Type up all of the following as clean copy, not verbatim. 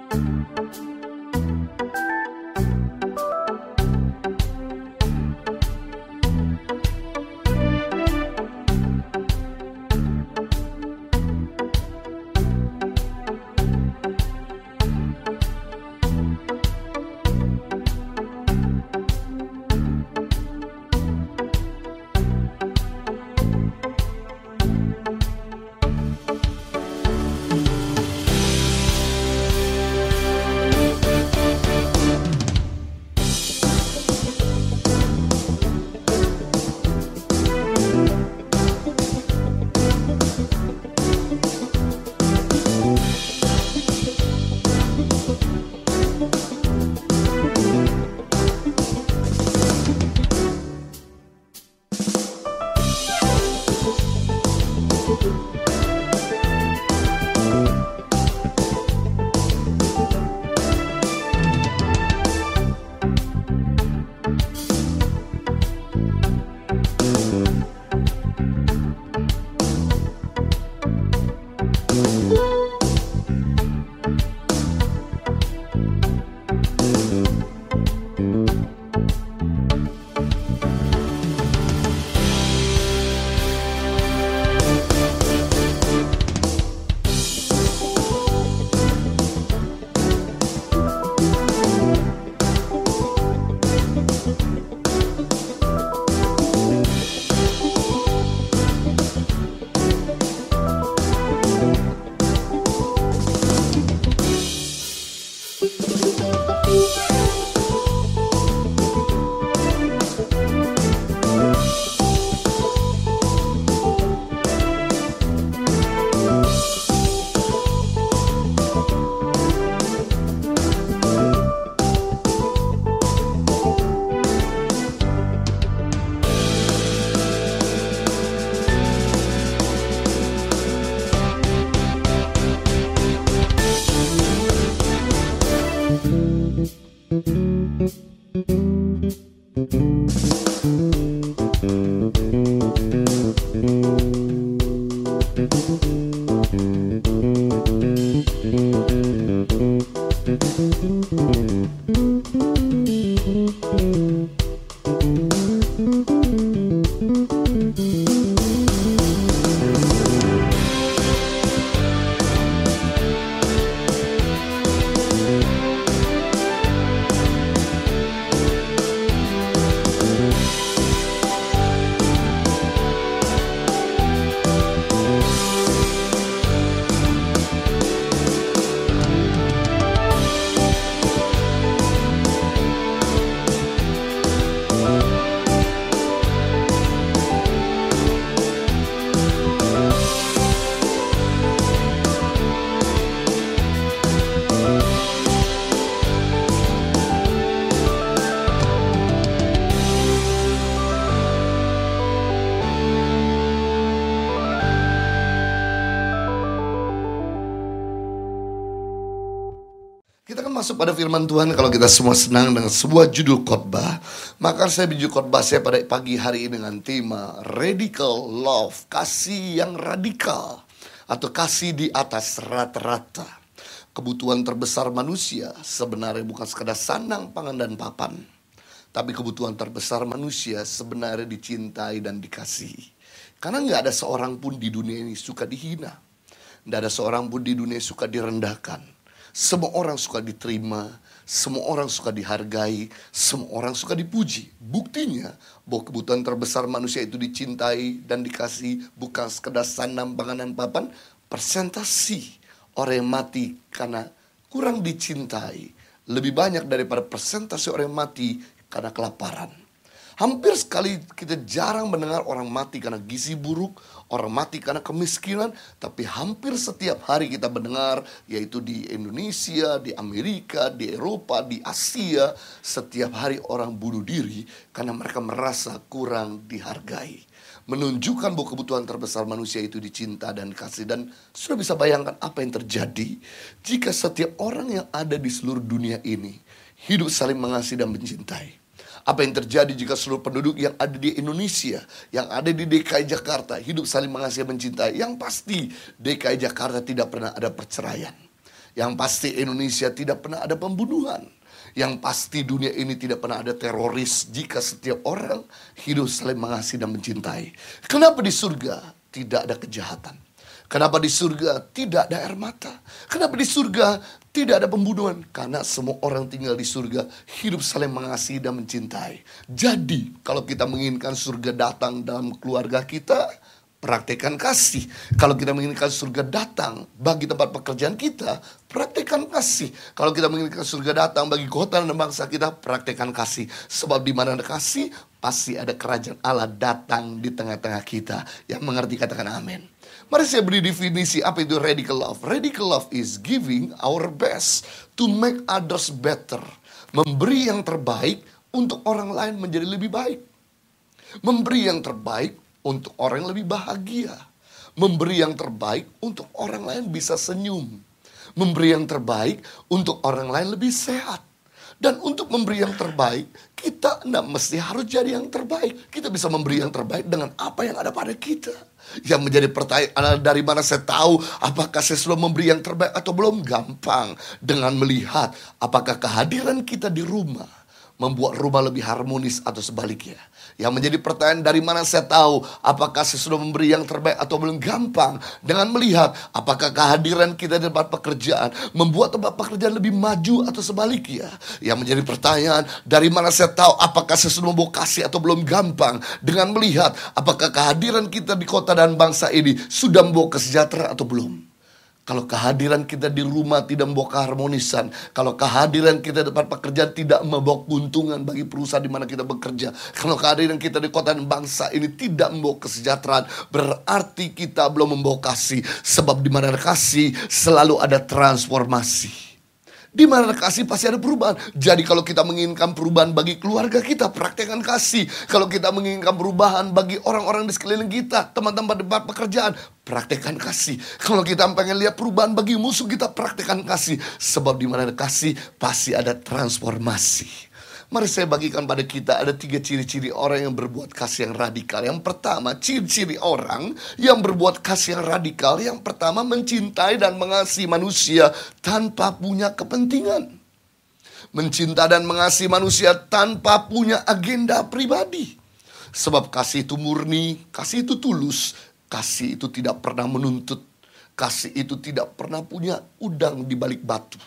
Kita kan masuk pada firman Tuhan. Kalau kita semua senang dengan sebuah judul khotbah, maka saya bijuk khotbah saya pada pagi hari ini dengan tema Radical Love, kasih yang radikal, atau kasih di atas rata-rata. Kebutuhan terbesar manusia sebenarnya bukan sekadar sandang, pangan, dan papan, tapi kebutuhan terbesar manusia sebenarnya dicintai dan dikasihi. Karena gak ada seorang pun di dunia ini suka dihina, gak ada seorang pun di dunia suka direndahkan. Semua orang suka diterima, semua orang suka dihargai, semua orang suka dipuji. Buktinya bahwa kebutuhan terbesar manusia itu dicintai dan dikasihi bukan sekedar sandang, pangan, dan papan. Persentasi orang yang mati karena kurang dicintai lebih banyak daripada persentase orang yang mati karena kelaparan. Hampir sekali kita jarang mendengar orang mati karena gizi buruk, orang mati karena kemiskinan. Tapi hampir setiap hari kita mendengar, yaitu di Indonesia, di Amerika, di Eropa, di Asia, setiap hari orang bunuh diri karena mereka merasa kurang dihargai. Menunjukkan bahwa kebutuhan terbesar manusia itu dicinta dan kasih. Dan sudah bisa bayangkan apa yang terjadi jika setiap orang yang ada di seluruh dunia ini hidup saling mengasihi dan mencintai. Apa yang terjadi jika seluruh penduduk yang ada di Indonesia, yang ada di DKI Jakarta, hidup saling mengasihi dan mencintai? Yang pasti DKI Jakarta tidak pernah ada perceraian. Yang pasti Indonesia tidak pernah ada pembunuhan. Yang pasti dunia ini tidak pernah ada teroris jika setiap orang hidup saling mengasihi dan mencintai. Kenapa di surga tidak ada kejahatan? Kenapa di surga tidak ada air mata? Kenapa di surga tidak ada pembunuhan? Karena semua orang tinggal di surga hidup saling mengasihi dan mencintai. Jadi kalau kita menginginkan surga datang dalam keluarga kita, praktekkan kasih. Kalau kita menginginkan surga datang bagi tempat pekerjaan kita, praktekkan kasih. Kalau kita menginginkan surga datang bagi kota dan bangsa kita, praktekkan kasih. Sebab di mana ada kasih, pasti ada kerajaan Allah datang di tengah-tengah kita. Yang mengerti katakan amin. Mari saya beri definisi apa itu radical love. Radical love is giving our best to make others better. Memberi yang terbaik untuk orang lain menjadi lebih baik. Memberi yang terbaik untuk orang yang lebih bahagia. Memberi yang terbaik untuk orang lain bisa senyum. Memberi yang terbaik untuk orang lain lebih sehat. Dan untuk memberi yang terbaik, kita tidak mesti harus jadi yang terbaik. Kita bisa memberi yang terbaik dengan apa yang ada pada kita. Yang menjadi pertanyaan, dari mana saya tahu apakah saya sudah memberi yang terbaik atau belum? Gampang. Dengan melihat apakah kehadiran kita di rumah membuat rumah lebih harmonis atau sebaliknya. Yang menjadi pertanyaan, dari mana saya tahu apakah saya sudah memberi yang terbaik atau belum? Gampang. Dengan melihat apakah kehadiran kita di tempat pekerjaan membuat tempat pekerjaan lebih maju atau sebaliknya. Yang menjadi pertanyaan, dari mana saya tahu apakah saya sudah membawa kasih atau belum? Gampang. Dengan melihat apakah kehadiran kita di kota dan bangsa ini sudah membawa kesejahteraan atau belum. Kalau kehadiran kita di rumah tidak membawa keharmonisan, kalau kehadiran kita di tempat pekerjaan tidak membawa keuntungan bagi perusahaan di mana kita bekerja, kalau kehadiran kita di kota dan bangsa ini tidak membawa kesejahteraan, berarti kita belum membawa kasih. Sebab di mana ada kasih selalu ada transformasi. Di mana ada kasih pasti ada perubahan. Jadi kalau kita menginginkan perubahan bagi keluarga kita, praktekkan kasih. Kalau kita menginginkan perubahan bagi orang-orang di sekeliling kita, teman-teman di tempat pekerjaan, praktekkan kasih. Kalau kita pengen lihat perubahan bagi musuh kita, praktekkan kasih. Sebab di mana ada kasih pasti ada transformasi. Mari saya bagikan pada kita ada 3 ciri-ciri orang yang berbuat kasih yang radikal. Yang pertama, ciri-ciri orang yang berbuat kasih yang radikal. Yang pertama, mencintai dan mengasihi manusia tanpa punya kepentingan. Mencintai dan mengasihi manusia tanpa punya agenda pribadi. Sebab kasih itu murni, kasih itu tulus, kasih itu tidak pernah menuntut, kasih itu tidak pernah punya udang di balik batu.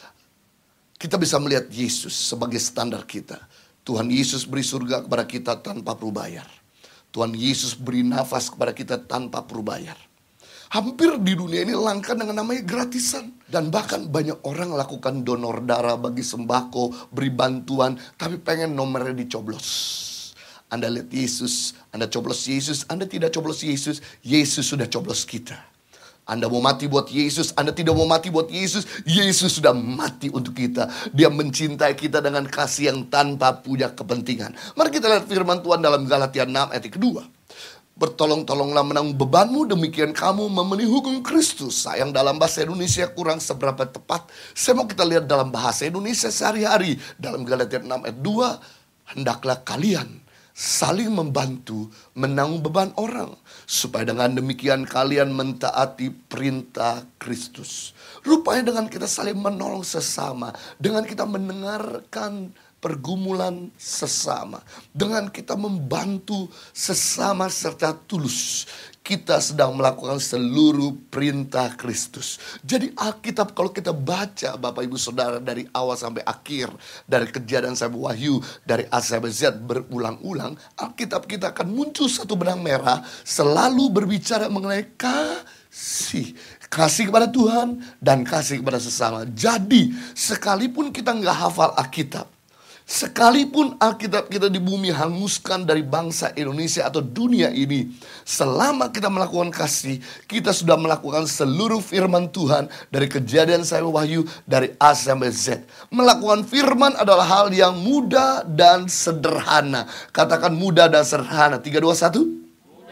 Kita bisa melihat Yesus sebagai standar kita. Tuhan Yesus beri surga kepada kita tanpa perlu bayar. Tuhan Yesus beri nafas kepada kita tanpa perlu bayar. Hampir di dunia ini langka dengan namanya gratisan. Dan bahkan banyak orang lakukan donor darah bagi sembako, beri bantuan, tapi pengen nomornya dicoblos. Anda lihat Yesus, Anda coblos Yesus, Anda tidak coblos Yesus, Yesus sudah coblos kita. Anda mau mati buat Yesus, Anda tidak mau mati buat Yesus, Yesus sudah mati untuk kita. Dia mencintai kita dengan kasih yang tanpa punya kepentingan. Mari kita lihat firman Tuhan dalam Galatia 6 ayat kedua. Bertolong-tolonglah menanggung bebanmu, demikian kamu memenuhi hukum Kristus. Sayang dalam bahasa Indonesia kurang seberapa tepat. Saya mau kita lihat dalam bahasa Indonesia sehari-hari. Dalam Galatia 6 ayat 2, hendaklah kalian saling membantu menanggung beban orang, supaya dengan demikian kalian mentaati perintah Kristus. Rupanya dengan kita saling menolong sesama, dengan kita mendengarkan pergumulan sesama, dengan kita membantu sesama serta tulus, kita sedang melakukan seluruh perintah Kristus. Jadi Alkitab kalau kita baca Bapak Ibu Saudara dari awal sampai akhir, dari Kejadian sampai Wahyu, dari A sampai Z berulang-ulang, Alkitab kita akan muncul satu benang merah selalu berbicara mengenai kasih. Kasih kepada Tuhan dan kasih kepada sesama. Jadi sekalipun kita nggak hafal Alkitab, sekalipun Alkitab kita di bumi hanguskan dari bangsa Indonesia atau dunia ini, selama kita melakukan kasih, kita sudah melakukan seluruh firman Tuhan dari Kejadian sampai Wahyu, dari A sampai Z. Melakukan firman adalah hal yang mudah dan sederhana. Katakan mudah dan sederhana. 3, 2, 1.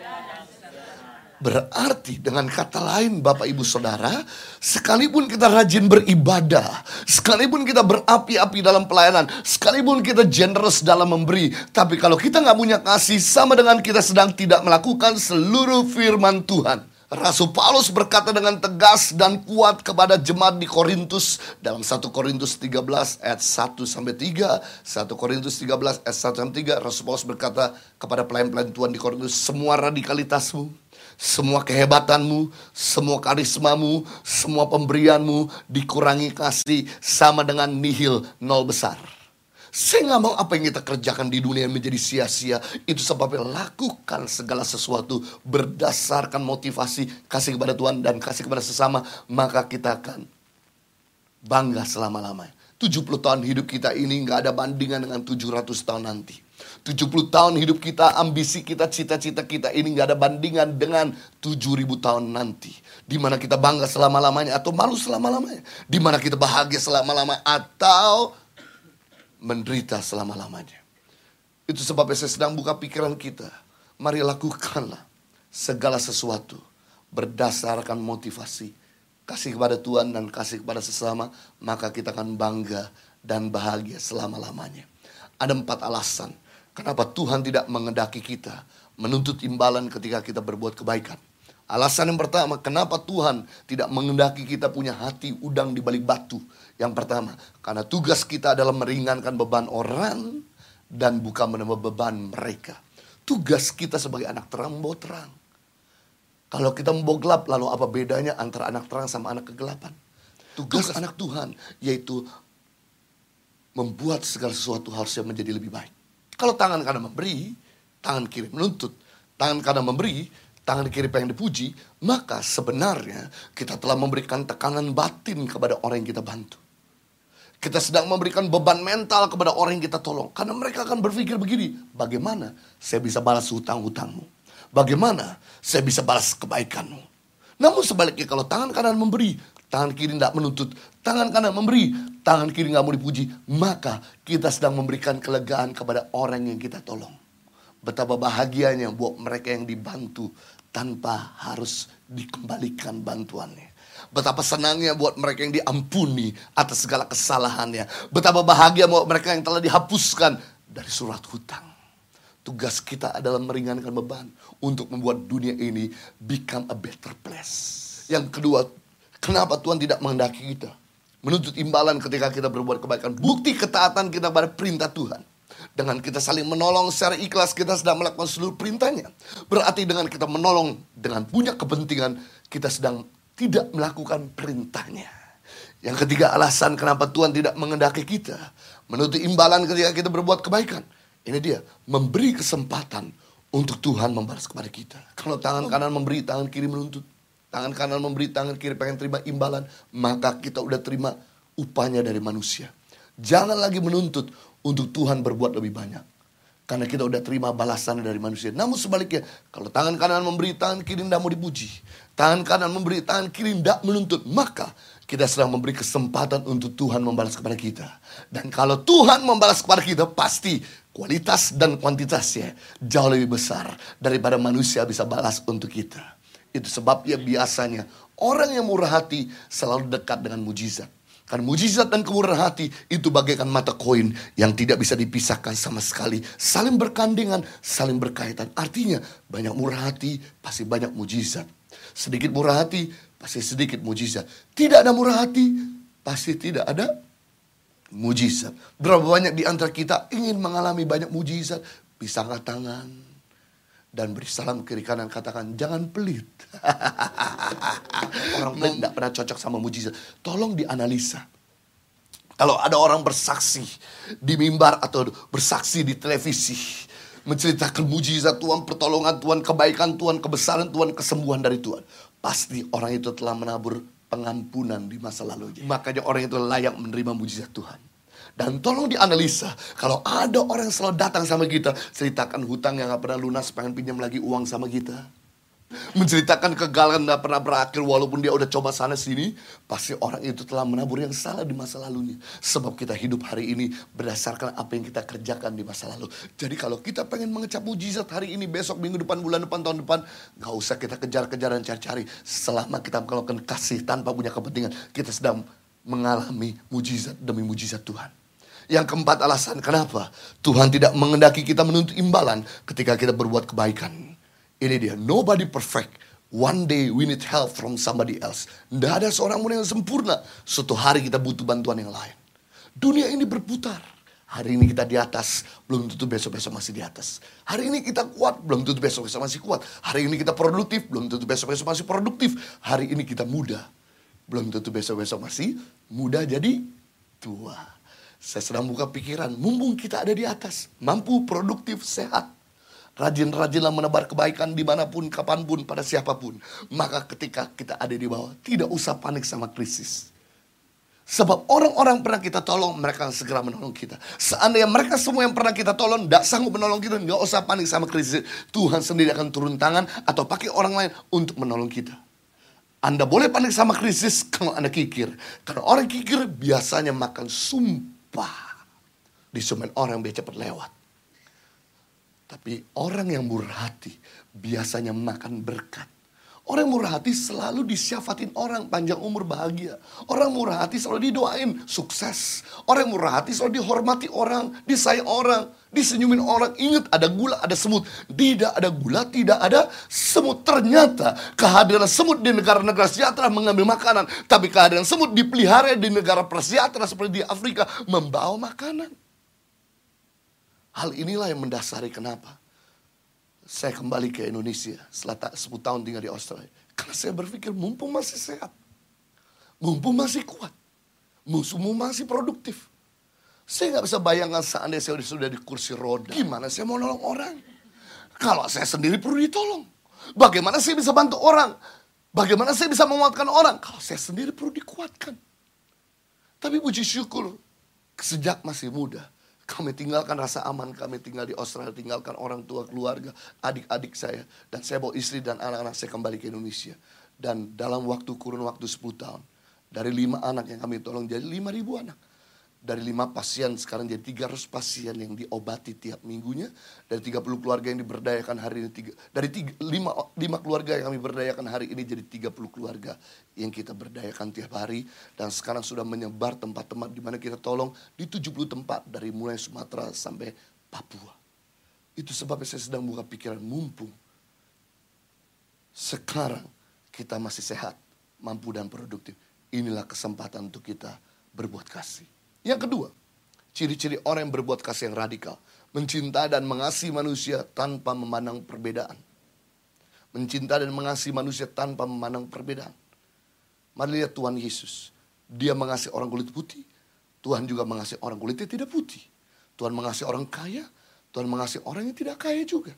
Berarti dengan kata lain Bapak Ibu Saudara, sekalipun kita rajin beribadah, sekalipun kita berapi-api dalam pelayanan, sekalipun kita generous dalam memberi, tapi kalau kita nggak punya kasih, sama dengan kita sedang tidak melakukan seluruh firman Tuhan. Rasul Paulus berkata dengan tegas dan kuat kepada jemaat di Korintus dalam 1 Korintus 13 ayat 1 sampai 3. 1 Korintus 13 ayat 1 sampai 3. Rasul Paulus berkata kepada pelayan-pelayan Tuhan di Korintus, semua radikalitasmu, semua kehebatanmu, semua karismamu, semua pemberianmu dikurangi kasih sama dengan nihil, nol besar. Saya nggak mau apa yang kita kerjakan di dunia menjadi sia-sia. Itu sebabnya lakukan segala sesuatu berdasarkan motivasi kasih kepada Tuhan dan kasih kepada sesama. Maka kita akan bangga selama-lamanya. 70 tahun hidup kita ini nggak ada bandingan dengan 700 tahun nanti. 70 tahun hidup kita, ambisi kita, cita-cita kita ini nggak ada bandingan dengan 7.000 tahun nanti. Dimana kita bangga selama-lamanya atau malu selama-lamanya. Dimana kita bahagia selama-lamanya atau menderita selama-lamanya. Itu sebabnya saya sedang buka pikiran kita. Mari lakukanlah segala sesuatu berdasarkan motivasi kasih kepada Tuhan dan kasih kepada sesama. Maka kita akan bangga dan bahagia selama-lamanya. Ada 4 alasan kenapa Tuhan tidak mengendaki kita menuntut imbalan ketika kita berbuat kebaikan. Alasan yang pertama, kenapa Tuhan tidak mengendaki kita punya hati udang di balik batu. Yang pertama, karena tugas kita adalah meringankan beban orang dan bukan menambah beban mereka. Tugas kita sebagai anak terang membawa terang. Kalau kita membawa gelap, lalu apa bedanya antara anak terang sama anak kegelapan? Tugas anak Tuhan yaitu membuat segala sesuatu harusnya menjadi lebih baik. Kalau tangan kanan memberi, tangan kiri menuntut. Tangan kanan memberi, tangan kiri pengen dipuji, maka sebenarnya kita telah memberikan tekanan batin kepada orang yang kita bantu. Kita sedang memberikan beban mental kepada orang yang kita tolong. Karena mereka akan berpikir begini, bagaimana saya bisa balas hutang-hutangmu? Bagaimana saya bisa balas kebaikanmu? Namun sebaliknya kalau tangan kanan memberi, tangan kiri tidak menuntut. Tangan kanan memberi, tangan kiri nggak mau dipuji. Maka kita sedang memberikan kelegaan kepada orang yang kita tolong. Betapa bahagianya buat mereka yang dibantu tanpa harus dikembalikan bantuannya. Betapa senangnya buat mereka yang diampuni atas segala kesalahannya. Betapa bahagia buat mereka yang telah dihapuskan dari surat hutang. Tugas kita adalah meringankan beban untuk membuat dunia ini become a better place. Yang kedua, kenapa Tuhan tidak menghendaki kita menuntut imbalan ketika kita berbuat kebaikan? Bukti ketaatan kita pada perintah Tuhan. Dengan kita saling menolong secara ikhlas, kita sedang melakukan seluruh perintahnya. Berarti dengan kita menolong dengan punya kepentingan, kita sedang tidak melakukan perintahnya. Yang ketiga alasan kenapa Tuhan tidak menghendaki kita menuntut imbalan ketika kita berbuat kebaikan. Ini dia, memberi kesempatan untuk Tuhan membalas kepada kita. Kalau tangan kanan memberi, tangan kiri menuntut. Tangan kanan memberi, tangan kiri pengen terima imbalan. Maka kita udah terima upahnya dari manusia. Jangan lagi menuntut untuk Tuhan berbuat lebih banyak. Karena kita udah terima balasan dari manusia. Namun sebaliknya, kalau tangan kanan memberi, tangan kiri tidak mau dipuji. Tangan kanan memberi, tangan kiri tidak menuntut. Maka kita sedang memberi kesempatan untuk Tuhan membalas kepada kita. Dan kalau Tuhan membalas kepada kita, pasti kualitas dan kuantitasnya jauh lebih besar daripada manusia bisa balas untuk kita. Itu sebabnya biasanya orang yang murah hati selalu dekat dengan mujizat. Karena mujizat dan kemurahan hati itu bagaikan mata koin yang tidak bisa dipisahkan sama sekali. Saling berkandingan, saling berkaitan. Artinya banyak murah hati pasti banyak mujizat. Sedikit murah hati pasti sedikit mujizat. Tidak ada murah hati pasti tidak ada mujizat. Berapa banyak di antara kita ingin mengalami banyak mujizat. Bisa angkat tangan dan beri salam kiri kanan, katakan jangan pelit. Orang pelit tidak pernah cocok sama mujizat. Tolong dianalisa. Kalau ada orang bersaksi di mimbar atau bersaksi di televisi, menceritakan mujizat Tuhan, pertolongan Tuhan, kebaikan Tuhan, kebesaran Tuhan, kesembuhan dari Tuhan, pasti orang itu telah menabur pengampunan di masa lalunya. Makanya orang itu layak menerima mujizat Tuhan. Dan tolong dianalisa, kalau ada orang yang selalu datang sama kita, ceritakan hutang yang gak pernah lunas, pengen pinjam lagi uang sama kita. Menceritakan kegagalan gak pernah berakhir walaupun dia udah coba sana sini, pasti orang itu telah menabur yang salah di masa lalunya. Sebab kita hidup hari ini berdasarkan apa yang kita kerjakan di masa lalu. Jadi kalau kita pengen mengecap mujizat hari ini, besok, minggu depan, bulan depan, tahun depan, gak usah kita kejar-kejar dan cari-cari. Selama kita melakukan kasih tanpa punya kepentingan, kita sedang mengalami mujizat demi mujizat Tuhan. Yang keempat alasan kenapa Tuhan tidak menghendaki kita menuntut imbalan ketika kita berbuat kebaikan. Ini dia, nobody perfect, One day we need help from somebody else. Tidak ada seorang pun yang sempurna. Suatu hari kita butuh bantuan yang lain. Dunia ini berputar. Hari ini kita di atas, belum tentu besok-besok masih di atas. Hari ini kita kuat, belum tentu besok-besok masih kuat. Hari ini kita produktif, belum tentu besok-besok masih produktif. Hari ini kita muda, belum tentu besok-besok masih muda jadi tua. Saya sedang buka pikiran, mumpung kita ada di atas, mampu, produktif, sehat. Rajin-rajinlah menebar kebaikan dimanapun, kapanpun, pada siapapun. Maka ketika kita ada di bawah, tidak usah panik sama krisis. Sebab orang-orang pernah kita tolong, mereka akan segera menolong kita. Seandainya mereka semua yang pernah kita tolong tidak sanggup menolong kita, nggak usah panik sama krisis. Tuhan sendiri akan turun tangan atau pakai orang lain untuk menolong kita. Anda boleh panik sama krisis kalau Anda kikir. Karena orang kikir biasanya makan sumpah di semen orang yang biar cepat lewat. Tapi orang yang murah hati biasanya makan berkat. Orang murah hati selalu disyafatin orang panjang umur bahagia. Orang murah hati selalu didoain sukses. Orang murah hati selalu dihormati orang, disayang orang, disenyumin orang. Ingat, ada gula, ada semut. Tidak ada gula, tidak ada semut. Ternyata kehadiran semut di negara-negara sejahtera mengambil makanan. Tapi kehadiran semut dipelihara di negara prasejahtera seperti di Afrika membawa makanan. Hal inilah yang mendasari kenapa saya kembali ke Indonesia setelah 10 tahun tinggal di Australia. Karena saya berpikir mumpung masih sehat, mumpung masih kuat, mumpung masih produktif. Saya nggak bisa bayangkan seandainya saya sudah di kursi roda. Gimana saya mau nolong orang? Kalau saya sendiri perlu ditolong. Bagaimana saya bisa bantu orang? Bagaimana saya bisa menguatkan orang? Kalau saya sendiri perlu dikuatkan. Tapi puji syukur, sejak masih muda, kami tinggalkan rasa aman, kami tinggal di Australia, tinggalkan orang tua, keluarga, adik-adik saya. Dan saya bawa istri dan anak-anak saya kembali ke Indonesia. Dan dalam kurun waktu 10 tahun, dari 5 anak yang kami tolong jadi 5.000 anak. Dari 5 pasien sekarang jadi 300 pasien yang diobati tiap minggunya. Dari 30 keluarga yang diberdayakan hari ini. Dari 5 keluarga yang kami berdayakan hari ini jadi 30 keluarga yang kita berdayakan tiap hari. Dan sekarang sudah menyebar tempat-tempat di mana kita tolong di 70 tempat dari mulai Sumatera sampai Papua. Itu sebabnya saya sedang buka pikiran mumpung sekarang kita masih sehat, mampu dan produktif. Inilah kesempatan untuk kita berbuat kasih. Yang kedua, ciri-ciri orang yang berbuat kasih yang radikal. Mencintai dan mengasihi manusia tanpa memandang perbedaan. Mencintai dan mengasihi manusia tanpa memandang perbedaan. Mari lihat Tuhan Yesus. Dia mengasihi orang kulit putih. Tuhan juga mengasihi orang kulitnya tidak putih. Tuhan mengasihi orang kaya. Tuhan mengasihi orang yang tidak kaya juga.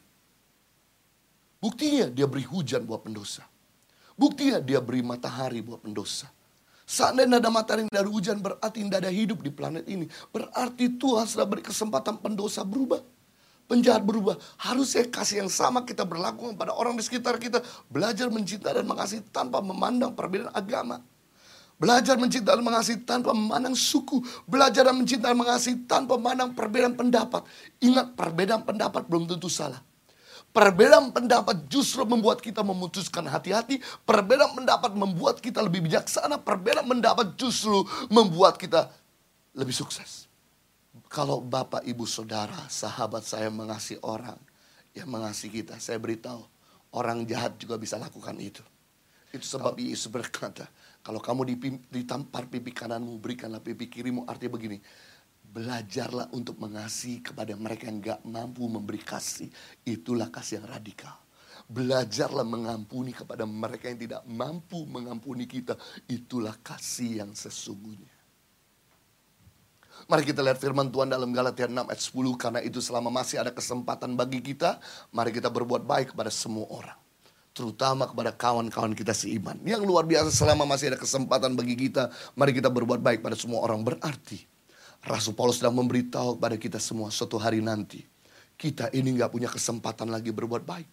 Buktinya dia beri hujan buat pendosa. Buktinya dia beri matahari buat pendosa. Seandainya ada matahari dari hujan berarti tidak ada hidup di planet ini. Berarti Tuhan sudah beri kesempatan pendosa berubah. Penjahat berubah. Harusnya kasih yang sama kita berlaku pada orang di sekitar kita. Belajar mencintai dan mengasihi tanpa memandang perbedaan agama. Belajar mencintai dan mengasihi tanpa memandang suku. Belajar dan mencintai dan mengasihi tanpa memandang perbedaan pendapat. Ingat, perbedaan pendapat belum tentu salah. Perbedaan pendapat justru membuat kita memutuskan hati-hati. Perbedaan pendapat membuat kita lebih bijaksana. Perbedaan pendapat justru membuat kita lebih sukses. Kalau Bapak, Ibu, Saudara, sahabat saya mengasihi orang yang mengasihi kita, saya beritahu, orang jahat juga bisa lakukan itu. Itu sebab Yesus berkata, kalau kamu ditampar pipi kananmu, berikanlah pipi kirimu. Artinya begini, belajarlah untuk mengasihi kepada mereka yang gak mampu memberi kasih. Itulah kasih yang radikal. Belajarlah mengampuni kepada mereka yang tidak mampu mengampuni kita. Itulah kasih yang sesungguhnya. Mari kita lihat firman Tuhan dalam Galatia 6 ayat 10. Karena itu selama masih ada kesempatan bagi kita, mari kita berbuat baik kepada semua orang. Terutama kepada kawan-kawan kita seiman. Yang luar biasa, selama masih ada kesempatan bagi kita, mari kita berbuat baik pada semua orang. Berarti Rasul Paulus sedang memberitahu kepada kita semua, suatu hari nanti kita ini gak punya kesempatan lagi berbuat baik.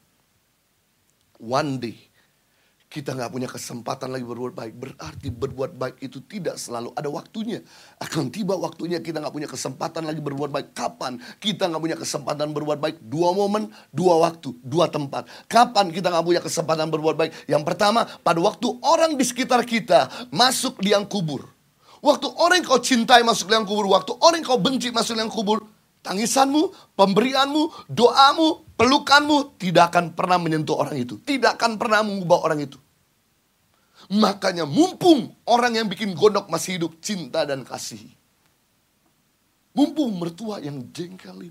One day kita gak punya kesempatan lagi berbuat baik. Berarti berbuat baik itu tidak selalu ada waktunya. Akan tiba waktunya kita gak punya kesempatan lagi berbuat baik. Kapan kita gak punya kesempatan berbuat baik? 2 momen, 2 waktu, 2 tempat. Kapan kita gak punya kesempatan berbuat baik? Yang pertama, pada waktu orang di sekitar kita masuk liang kubur. Waktu orang yang kau cintai masuk liang kubur. Waktu orang yang kau benci masuk liang kubur. Tangisanmu, pemberianmu, doamu, pelukanmu tidak akan pernah menyentuh orang itu. Tidak akan pernah mengubah orang itu. Makanya mumpung orang yang bikin gondok masih hidup, cinta dan kasih. Mumpung mertua yang jengkelin,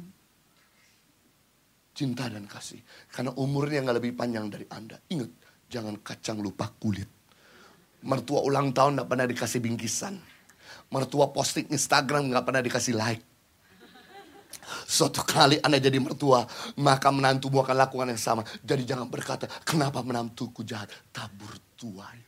cinta dan kasih. Karena umurnya gak lebih panjang dari Anda. Ingat, jangan kacang lupa kulit. Mertua ulang tahun gak pernah dikasih bingkisan. Mertua posting Instagram gak pernah dikasih like. Suatu kali Anda jadi mertua, maka menantumu akan lakukan yang sama. Jadi jangan berkata, kenapa menantuku jahat? Tabur tuai.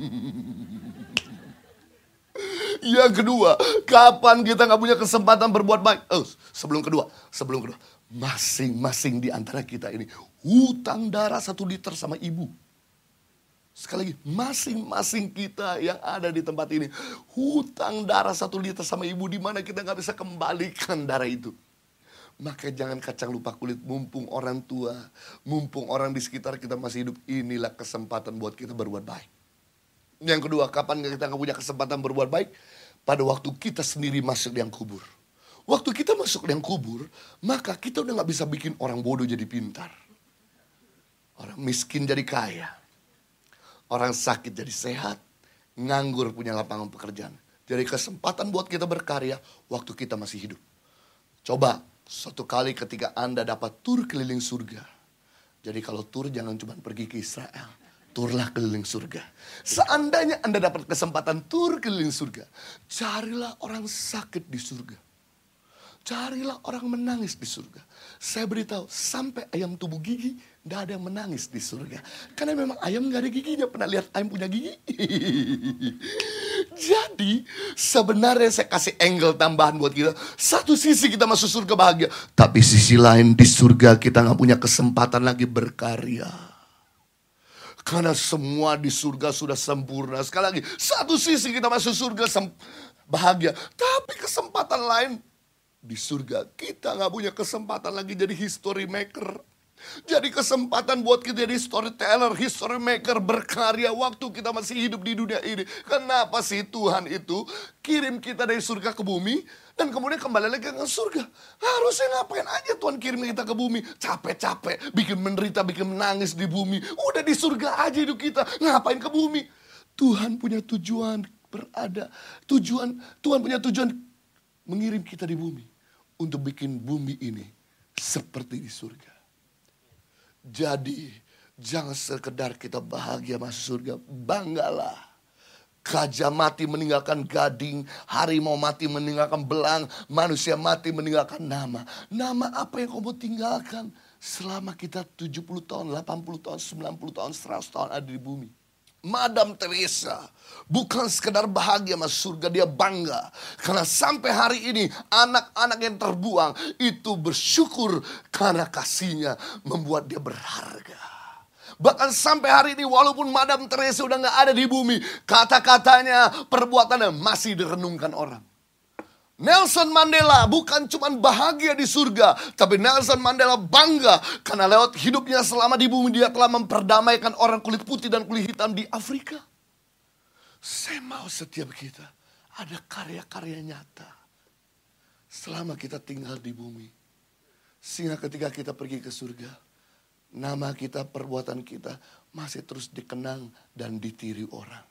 Yang kedua, kapan kita gak punya kesempatan berbuat baik? Sebelum kedua, masing-masing di antara kita ini hutang darah 1 liter sama ibu. Sekali lagi, masing-masing kita yang ada di tempat ini hutang darah 1 liter sama ibu, di mana kita gak bisa kembalikan darah itu. Maka jangan kacang lupa kulit, mumpung orang tua, mumpung orang di sekitar kita masih hidup, inilah kesempatan buat kita berbuat baik. Yang kedua, kapan kita gak punya kesempatan berbuat baik? Pada waktu kita sendiri masuk liang kubur. Waktu kita masuk liang kubur, maka kita udah gak bisa bikin orang bodoh jadi pintar. Orang miskin jadi kaya. Orang sakit jadi sehat. Nganggur punya lapangan pekerjaan. Jadi kesempatan buat kita berkarya waktu kita masih hidup. Coba, suatu kali ketika Anda dapat tur keliling surga. Jadi kalau tur jangan cuma pergi ke Israel. Turlah keliling surga. Seandainya Anda dapat kesempatan tur keliling surga, carilah orang sakit di surga. Carilah orang menangis di surga. Saya beritahu, sampai ayam tumbuh gigi, tidak ada yang menangis di surga. Karena memang ayam gak ada giginya. Pernah lihat ayam punya gigi? Jadi sebenarnya saya kasih angle tambahan buat kita. Satu sisi kita masuk surga bahagia, tapi sisi lain di surga kita gak punya kesempatan lagi berkarya. Karena semua di surga sudah sempurna. Sekali lagi, satu sisi kita masuk surga bahagia, tapi kesempatan lain di surga kita gak punya kesempatan lagi jadi history maker. Jadi kesempatan buat kita jadi storyteller, history maker, berkarya waktu kita masih hidup di dunia ini. Kenapa sih Tuhan itu kirim kita dari surga ke bumi dan kemudian kembali lagi ke surga? Harusnya ngapain aja Tuhan kirim kita ke bumi? Capek-capek, bikin menderita, bikin menangis di bumi. Udah di surga aja hidup kita, ngapain ke bumi? Tuhan punya tujuan Tuhan punya tujuan mengirim kita di bumi untuk bikin bumi ini seperti di surga. Jadi jangan sekedar kita bahagia masuk surga, banggalah. Gajah mati meninggalkan gading, harimau mati meninggalkan belang, manusia mati meninggalkan nama. Nama apa yang kamu tinggalkan selama kita 70 tahun, 80 tahun, 90 tahun, 100 tahun ada di bumi? Madam Teresa bukan sekedar bahagia masuk surga, dia bangga. Karena sampai hari ini anak-anak yang terbuang itu bersyukur karena kasihnya membuat dia berharga. Bahkan sampai hari ini walaupun Madam Teresa udah gak ada di bumi, kata-katanya, perbuatannya masih direnungkan orang. Nelson Mandela bukan cuma bahagia di surga, tapi Nelson Mandela bangga karena lewat hidupnya selama di bumi dia telah memperdamaikan orang kulit putih dan kulit hitam di Afrika. Saya mau setiap kita ada karya-karya nyata selama kita tinggal di bumi. Sehingga ketika kita pergi ke surga, nama kita, perbuatan kita masih terus dikenang dan ditiru orang.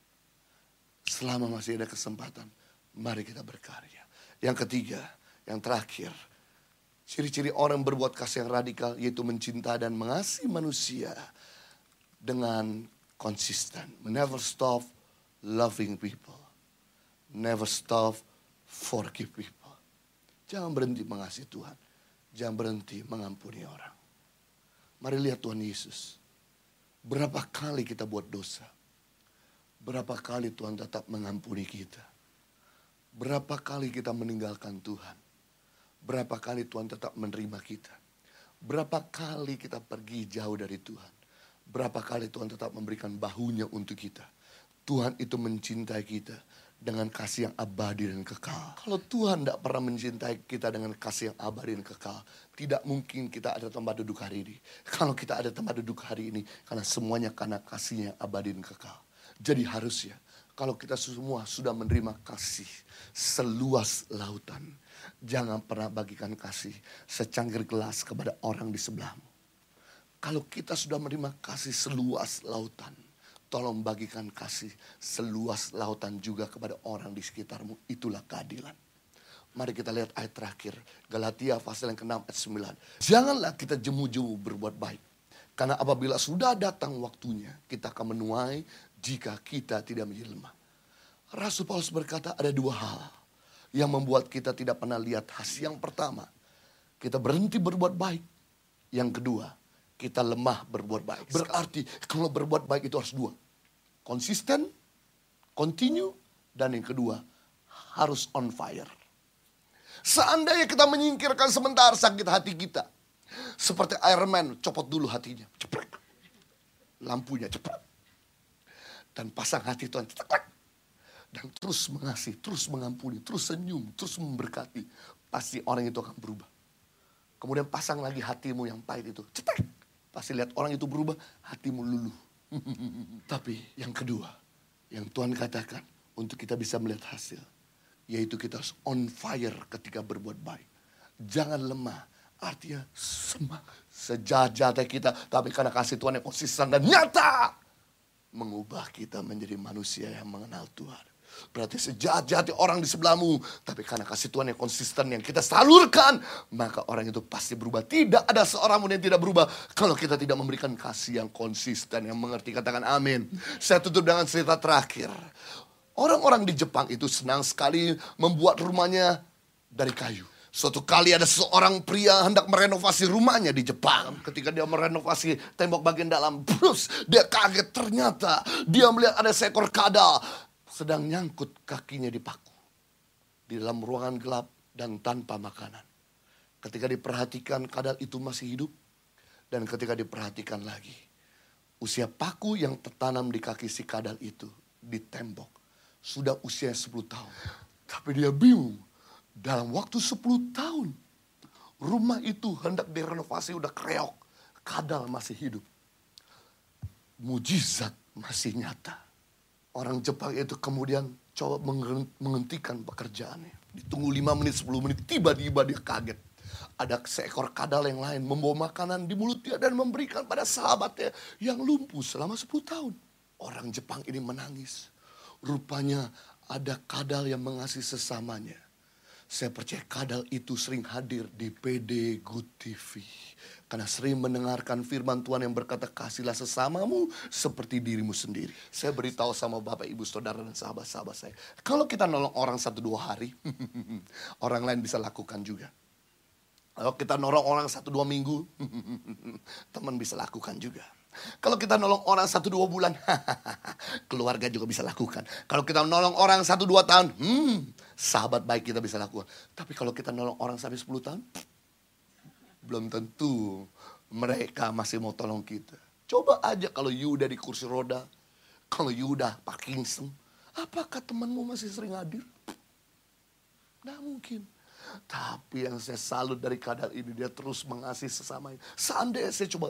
Selama masih ada kesempatan, mari kita berkarya. Yang ketiga, yang terakhir, ciri-ciri orang berbuat kasih yang radikal yaitu mencinta dan mengasihi manusia dengan konsisten. Never stop loving people. Never stop forgive people. Jangan berhenti mengasihi Tuhan. Jangan berhenti mengampuni orang. Mari lihat Tuhan Yesus. Berapa kali kita buat dosa. Berapa kali Tuhan tetap mengampuni kita. Berapa kali kita meninggalkan Tuhan. Berapa kali Tuhan tetap menerima kita. Berapa kali kita pergi jauh dari Tuhan. Berapa kali Tuhan tetap memberikan bahunya untuk kita. Tuhan itu mencintai kita dengan kasih yang abadi dan kekal. Kalau Tuhan tidak pernah mencintai kita dengan kasih yang abadi dan kekal, tidak mungkin kita ada tempat duduk hari ini. Kalau kita ada tempat duduk hari ini, karena semuanya karena kasihnya yang abadi dan kekal. Jadi harusnya Kalau kita semua sudah menerima kasih seluas lautan, jangan pernah bagikan kasih secangkir gelas kepada orang di sebelahmu. Kalau kita sudah menerima kasih seluas lautan, tolong bagikan kasih seluas lautan juga kepada orang di sekitarmu. Itulah keadilan. Mari kita lihat ayat terakhir. Galatia pasal yang ke-6 ayat 9. Janganlah kita jemu-jemu berbuat baik. Karena apabila sudah datang waktunya, kita akan menuai jika kita tidak menjadi lemah. Rasul Paulus berkata ada dua hal yang membuat kita tidak pernah lihat hasil. Yang pertama, kita berhenti berbuat baik. Yang kedua, kita lemah berbuat baik. Berarti kalau berbuat baik itu harus dua. Konsisten, continue, dan yang kedua, harus on fire. Seandainya kita menyingkirkan sebentar sakit hati kita. Seperti Iron Man, copot dulu hatinya. Cepat. Lampunya cepat. Dan pasang hati Tuhan. Dan terus mengasihi, terus mengampuni, terus senyum, terus memberkati. Pasti orang itu akan berubah. Kemudian pasang lagi hatimu yang pahit itu. Cepat. Pasti lihat orang itu berubah, hatimu luluh. Tapi yang kedua, yang Tuhan katakan untuk kita bisa melihat hasil. Yaitu kita harus on fire ketika berbuat baik. Jangan lemah. Artinya sejahat-jahatnya kita. Tapi karena kasih Tuhan yang konsisten dan nyata. Mengubah kita menjadi manusia yang mengenal Tuhan. Berarti sejahat-jahatnya orang di sebelahmu. Tapi karena kasih Tuhan yang konsisten yang kita salurkan. Maka orang itu pasti berubah. Tidak ada seorang pun yang tidak berubah. Kalau kita tidak memberikan kasih yang konsisten. Yang mengerti, katakan amin. Saya tutup dengan cerita terakhir. Orang-orang di Jepang itu senang sekali membuat rumahnya dari kayu. Suatu kali ada seorang pria hendak merenovasi rumahnya di Jepang. Ketika dia merenovasi tembok bagian dalam, dia kaget ternyata dia melihat ada seekor kadal sedang nyangkut kakinya di paku. Di dalam ruangan gelap dan tanpa makanan. Ketika diperhatikan kadal itu masih hidup. Dan ketika diperhatikan lagi, usia paku yang tertanam di kaki si kadal itu di tembok sudah usia 10 tahun. Tapi dia bingung. Dalam waktu 10 tahun, rumah itu hendak direnovasi udah kreok. Kadal masih hidup. Mujizat masih nyata. Orang Jepang itu kemudian coba menghentikan pekerjaannya. Ditunggu 5 menit, 10 menit, tiba-tiba dia kaget. Ada seekor kadal yang lain membawa makanan di mulut dia dan memberikan pada sahabatnya yang lumpuh selama 10 tahun. Orang Jepang ini menangis. Rupanya ada kadal yang mengasihi sesamanya. Saya percaya kadal itu sering hadir di PD Good TV. Karena sering mendengarkan firman Tuhan yang berkata, kasihlah sesamamu seperti dirimu sendiri. Saya beritahu sama Bapak, Ibu, Saudara, dan sahabat-sahabat saya. Kalau kita nolong orang 1-2 hari, orang lain bisa lakukan juga. Kalau kita nolong orang 1-2 minggu, teman bisa lakukan juga. Kalau kita nolong orang 1-2 bulan, keluarga juga bisa lakukan. Kalau kita nolong orang 1-2 tahun, sahabat baik kita bisa lakukan. Tapi kalau kita nolong orang sampai 10 tahun, belum tentu mereka masih mau tolong kita. Coba aja kalau you udah di kursi roda, kalau you udah Parkinson, apakah temanmu masih sering hadir? Nggak mungkin. Tapi yang saya salut dari kadal ini, dia terus mengasihi sesamanya. Seandainya saya coba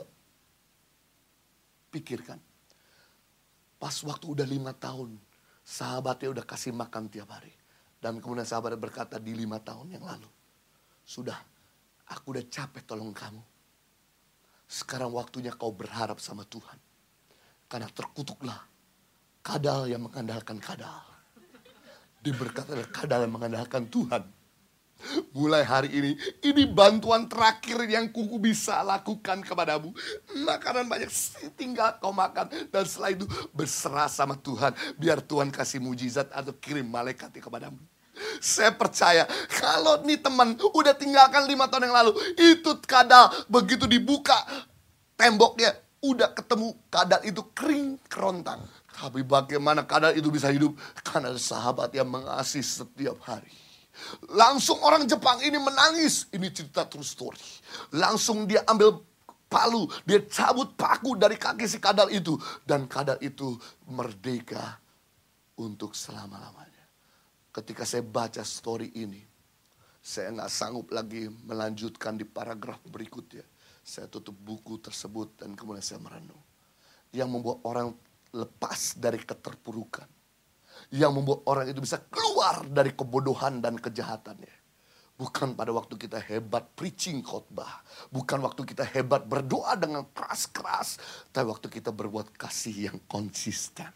pikirkan, pas waktu udah 5 tahun, sahabatnya udah kasih makan tiap hari. Dan kemudian sahabatnya berkata, di 5 tahun yang lalu, sudah, aku udah capek tolong kamu. Sekarang waktunya kau berharap sama Tuhan. Karena terkutuklah kadal yang mengandalkan kadal. Diberkati kadal yang mengandalkan Tuhan. Mulai hari ini bantuan terakhir yang kuku bisa lakukan kepadamu. Makanan banyak, tinggal kau makan. Dan setelah itu berserah sama Tuhan. Biar Tuhan kasih mujizat atau kirim malaikat kepadamu. Saya percaya kalau nih teman udah tinggalkan 5 tahun yang lalu, itu kadal begitu dibuka temboknya, udah ketemu kadal itu kering kerontang. Tapi bagaimana kadal itu bisa hidup? Karena ada sahabat yang mengasihi setiap hari. Langsung orang Jepang ini menangis. Ini cerita true story. Langsung dia ambil palu, dia cabut paku dari kaki si kadal itu. Dan kadal itu merdeka untuk selama-lamanya. Ketika saya baca story ini, saya nggak sanggup lagi melanjutkan di paragraf berikutnya. Saya tutup buku tersebut dan kemudian saya merenung. Yang membuat orang lepas dari keterpurukan. yang membuat orang itu bisa keluar dari kebodohan dan kejahatannya. Bukan pada waktu kita hebat preaching khotbah. Bukan waktu kita hebat berdoa dengan keras-keras. Tapi waktu kita berbuat kasih yang konsisten.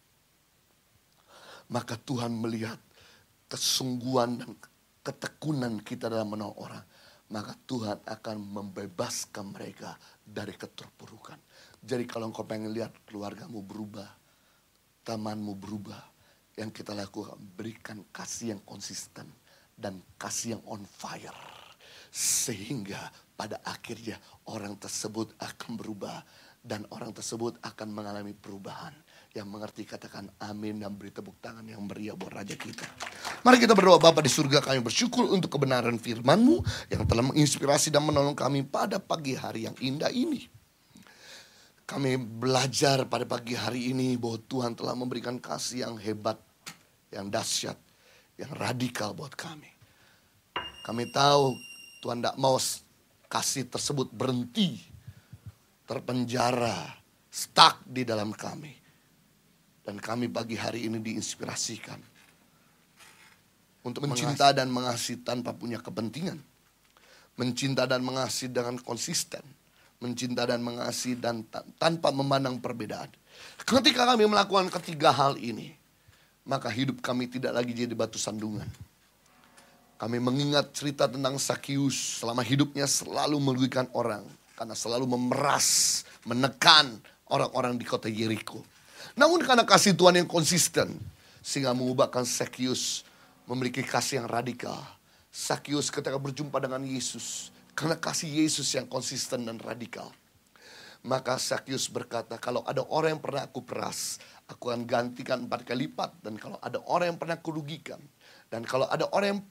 Maka Tuhan melihat kesungguhan dan ketekunan kita dalam menolong orang. Maka Tuhan akan membebaskan mereka dari keterpurukan. Jadi kalau engkau pengen lihat keluargamu berubah, temanmu berubah, yang kita lakukan berikan kasih yang konsisten dan kasih yang on fire. Sehingga pada akhirnya orang tersebut akan berubah. Dan orang tersebut akan mengalami perubahan. Yang mengerti katakan amin dan beri tepuk tangan yang meriah buat Raja kita. Mari kita berdoa. Bapa di surga, kami bersyukur untuk kebenaran firman-Mu yang telah menginspirasi dan menolong kami pada pagi hari yang indah ini. Kami belajar pada pagi hari ini bahwa Tuhan telah memberikan kasih yang hebat, yang dahsyat, yang radikal buat kami. Kami tahu Tuhan tidak mau kasih tersebut berhenti, terpenjara, stuck di dalam kami. Dan kami pagi hari ini diinspirasikan untuk mencinta dan mengasihi tanpa punya kepentingan. Mencinta dan mengasihi dengan konsisten. Mencinta dan mengasihi dan tanpa memandang perbedaan. Ketika kami melakukan ketiga hal ini, maka hidup kami tidak lagi jadi batu sandungan. Kami mengingat cerita tentang Sakius selama hidupnya selalu merugikan orang. Karena selalu memeras, menekan orang-orang di kota Yeriko. Namun karena kasih Tuhan yang konsisten, sehingga mengubahkan Sakius memiliki kasih yang radikal. Sakius ketika berjumpa dengan Yesus, karena kasih Yesus yang konsisten dan radikal. Maka Sakius berkata, kalau ada orang yang pernah aku peras, aku akan gantikan 4 kali lipat. Dan kalau ada orang yang pernah kurugikan, dan kalau ada orang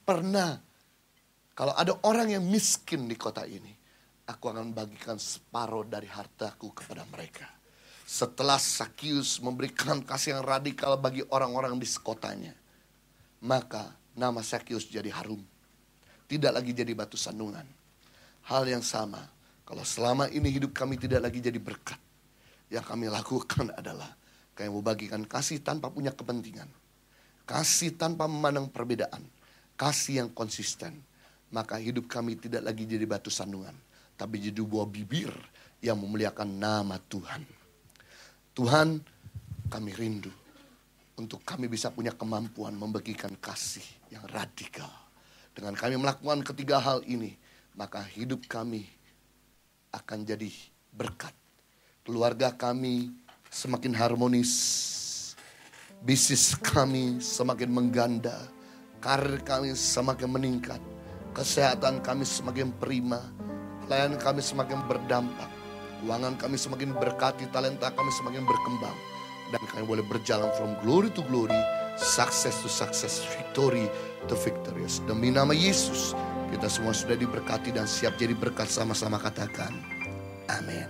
yang miskin di kota ini, aku akan bagikan separuh dari hartaku kepada mereka. Setelah Sakius memberikan kasih yang radikal bagi orang-orang di sekotanya, maka nama Sakius jadi harum. Tidak lagi jadi batu sandungan. Hal yang sama, kalau selama ini hidup kami tidak lagi jadi berkat, yang kami lakukan adalah kami membagikan kasih tanpa punya kepentingan. Kasih tanpa memandang perbedaan. Kasih yang konsisten. Maka hidup kami tidak lagi jadi batu sandungan, tapi jadi buah bibir yang memuliakan nama Tuhan. Tuhan, kami rindu untuk kami bisa punya kemampuan membagikan kasih yang radikal. Dengan kami melakukan ketiga hal ini, maka hidup kami akan jadi berkat. Keluarga kami semakin harmonis. Bisnis kami semakin mengganda. Karir kami semakin meningkat. Kesehatan kami semakin prima. Pelayanan kami semakin berdampak. Keuangan kami semakin berkati, talenta kami semakin berkembang. Dan kami boleh berjalan from glory to glory, success to success, victory to victorious. Demi nama Yesus, kita semua sudah diberkati dan siap jadi berkat, sama-sama katakan amin.